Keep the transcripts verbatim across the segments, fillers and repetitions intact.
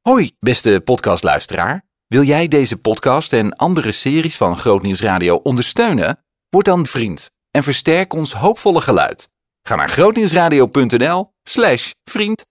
Hoi, beste podcastluisteraar. Wil jij deze podcast en andere series van Grootnieuws Radio ondersteunen? Word dan vriend en versterk ons hoopvolle geluid. Ga naar grootnieuwsradio.nl slash vriend.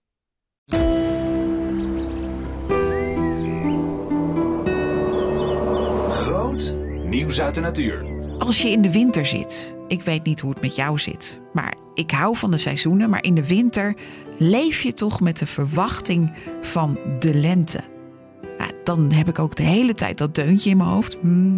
Groot nieuws uit de natuur. Als je in de winter zit, ik weet niet hoe het met jou zit, maar ik hou van de seizoenen, maar in de winter leef je toch met de verwachting van de lente. Ja, dan heb ik ook de hele tijd dat deuntje in mijn hoofd.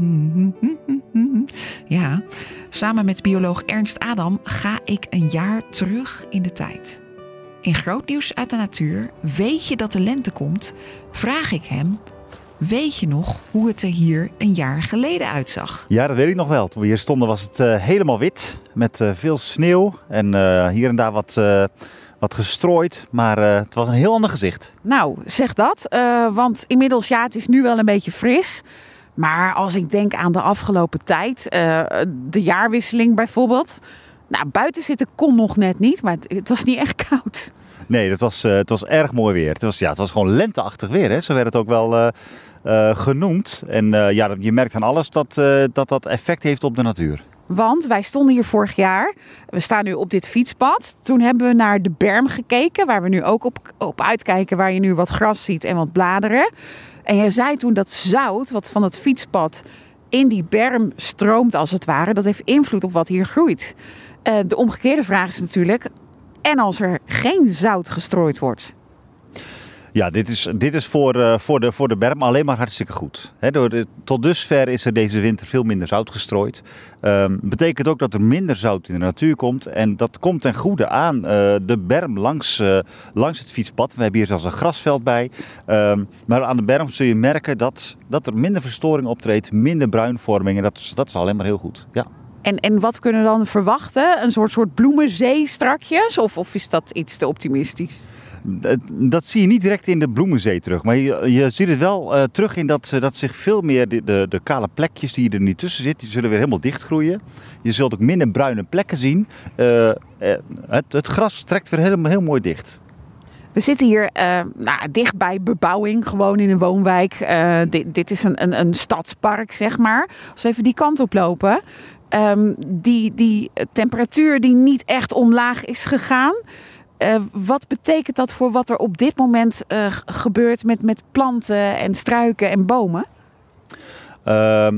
Ja, samen met bioloog Ernst Adam ga ik een jaar terug in de tijd. In Groot Nieuws uit de Natuur, weet je dat de lente komt, vraag ik hem: weet je nog hoe het er hier een jaar geleden uitzag? Ja, dat weet ik nog wel. Toen we hier stonden was het uh, helemaal wit met uh, veel sneeuw en uh, hier en daar wat, uh, wat gestrooid. Maar uh, het was een heel ander gezicht. Nou, zeg dat. Uh, want inmiddels, ja, het is nu wel een beetje fris. Maar als ik denk aan de afgelopen tijd, uh, de jaarwisseling bijvoorbeeld. Nou, buiten zitten kon nog net niet, maar het, het was niet echt koud. Nee, het was, uh, het was erg mooi weer. Het was, ja, het was gewoon lenteachtig weer, hè? Zo werd het ook wel uh, uh, genoemd. En uh, ja, je merkt aan alles dat, uh, dat dat effect heeft op de natuur. Want wij stonden hier vorig jaar. We staan nu op dit fietspad. Toen hebben we naar de berm gekeken, waar we nu ook op, op uitkijken, waar je nu wat gras ziet en wat bladeren. En jij zei toen dat zout, wat van het fietspad in die berm stroomt als het ware, dat heeft invloed op wat hier groeit. Uh, de omgekeerde vraag is natuurlijk: en als er geen zout gestrooid wordt? Ja, dit is, dit is voor, uh, voor, de, voor de berm alleen maar hartstikke goed. He, door de, tot dusver is er deze winter veel minder zout gestrooid. Um, betekent ook dat er minder zout in de natuur komt. En dat komt ten goede aan uh, de berm langs, uh, langs het fietspad. We hebben hier zelfs een grasveld bij. Um, maar aan de berm zul je merken dat, dat er minder verstoring optreedt, minder bruinvorming. En dat is, dat is alleen maar heel goed, ja. En, en wat kunnen we dan verwachten? Een soort, soort bloemenzee strakjes? Of, of is dat iets te optimistisch? Dat, dat zie je niet direct in de bloemenzee terug. Maar je, je ziet het wel uh, terug in dat, dat zich veel meer de, de, de kale plekjes die er niet tussen zitten, die zullen weer helemaal dichtgroeien. Je zult ook minder bruine plekken zien. Uh, het, het gras trekt weer helemaal heel mooi dicht. We zitten hier uh, nou, dicht bij bebouwing, gewoon in een woonwijk. Uh, dit, dit is een, een, een stadspark, zeg maar. Als we even die kant op lopen. Um, die, die temperatuur die niet echt omlaag is gegaan. Uh, wat betekent dat voor wat er op dit moment uh, gebeurt met, met planten en struiken en bomen? Uh,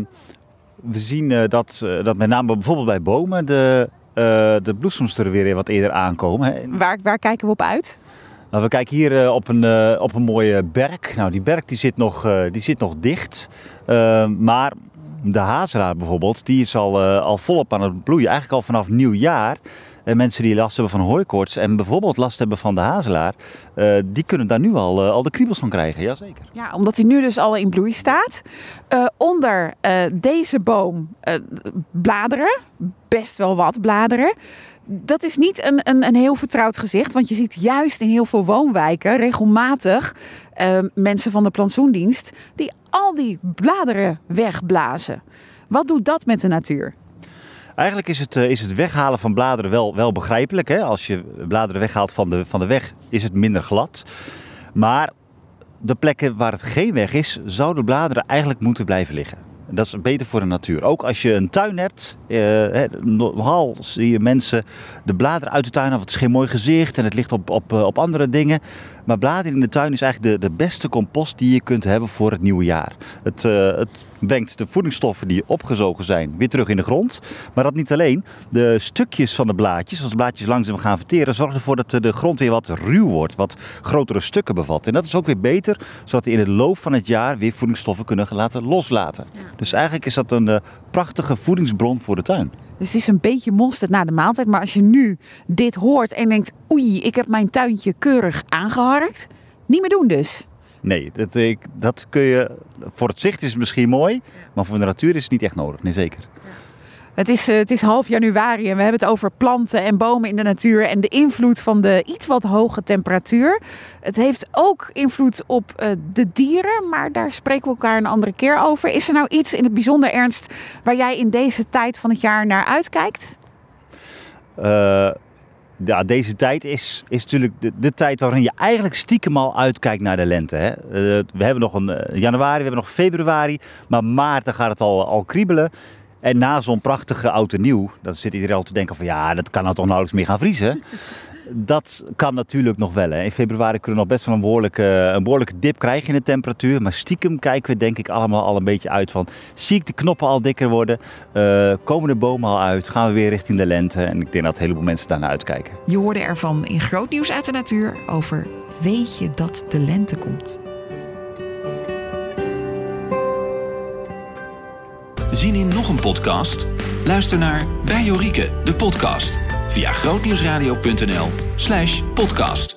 we zien uh, dat, uh, dat met name bijvoorbeeld bij bomen de, uh, de bloesems er weer wat eerder aankomen. Hè. Waar, waar kijken we op uit? Nou, we kijken hier uh, op, een, uh, op een mooie berk. Nou, die berk die zit nog, uh, die zit nog dicht. Uh, maar de hazelaar bijvoorbeeld, die is al, uh, al volop aan het bloeien. Eigenlijk al vanaf nieuwjaar. En mensen die last hebben van hooikoorts en bijvoorbeeld last hebben van de hazelaar, uh, die kunnen daar nu al, uh, al de kriebels van krijgen, jazeker. Ja, omdat hij nu dus al in bloei staat. Uh, onder uh, deze boom uh, bladeren, best wel wat bladeren. Dat is niet een, een, een heel vertrouwd gezicht, want je ziet juist in heel veel woonwijken regelmatig uh, mensen van de plantsoendienst die al die bladeren wegblazen. Wat doet dat met de natuur? Eigenlijk is het, is het weghalen van bladeren wel, wel begrijpelijk. Hè? Als je bladeren weghaalt van de, van de weg, is het minder glad. Maar de plekken waar het geen weg is, zouden bladeren eigenlijk moeten blijven liggen. Dat is beter voor de natuur. Ook als je een tuin hebt, eh, nogal zie je mensen de bladeren uit de tuin halen. Het is geen mooi gezicht en het ligt op, op, op andere dingen. Maar bladeren in de tuin is eigenlijk de, de beste compost die je kunt hebben voor het nieuwe jaar. Het, uh, het brengt de voedingsstoffen die opgezogen zijn weer terug in de grond. Maar dat niet alleen. De stukjes van de blaadjes, als de blaadjes langzaam gaan verteren, zorgen ervoor dat de grond weer wat ruw wordt, wat grotere stukken bevat. En dat is ook weer beter, zodat we in de loop van het jaar weer voedingsstoffen kunnen laten loslaten. Ja. Dus eigenlijk is dat een uh, prachtige voedingsbron voor de tuin. Dus het is een beetje mosterd na de maaltijd. Maar als je nu dit hoort en denkt, oei, ik heb mijn tuintje keurig aangeharkt. Niet meer doen dus. Nee, dat, ik, dat kun je, voor het zicht is het misschien mooi, maar voor de natuur is het niet echt nodig. Nee, zeker. Het is, het is half januari en we hebben het over planten en bomen in de natuur en de invloed van de iets wat hoge temperatuur. Het heeft ook invloed op uh, de dieren, maar daar spreken we elkaar een andere keer over. Is er nou iets in het bijzonder, Ernst, waar jij in deze tijd van het jaar naar uitkijkt? Uh, ja, deze tijd is, is natuurlijk de, de tijd waarin je eigenlijk stiekem al uitkijkt naar de lente. Hè? Uh, we hebben nog een uh, januari, we hebben nog februari, maar maart dan gaat het al, al kriebelen. En na zo'n prachtige oud en nieuw, dan zit iedereen al te denken van ja, dat kan nou toch nauwelijks meer gaan vriezen. Dat kan natuurlijk nog wel. Hè. In februari kunnen we nog best wel een behoorlijke, een behoorlijke dip krijgen in de temperatuur. Maar stiekem kijken we denk ik allemaal al een beetje uit van... zie ik de knoppen al dikker worden? Uh, komen de bomen al uit? Gaan we weer richting de lente? En ik denk dat een heleboel mensen daarnaar uitkijken. Je hoorde ervan in Groot Nieuws uit de Natuur over weet je dat de lente komt. Zin in nog een podcast? Luister naar Bij Jorike, de podcast. Via grootnieuwsradio.nl slash podcast.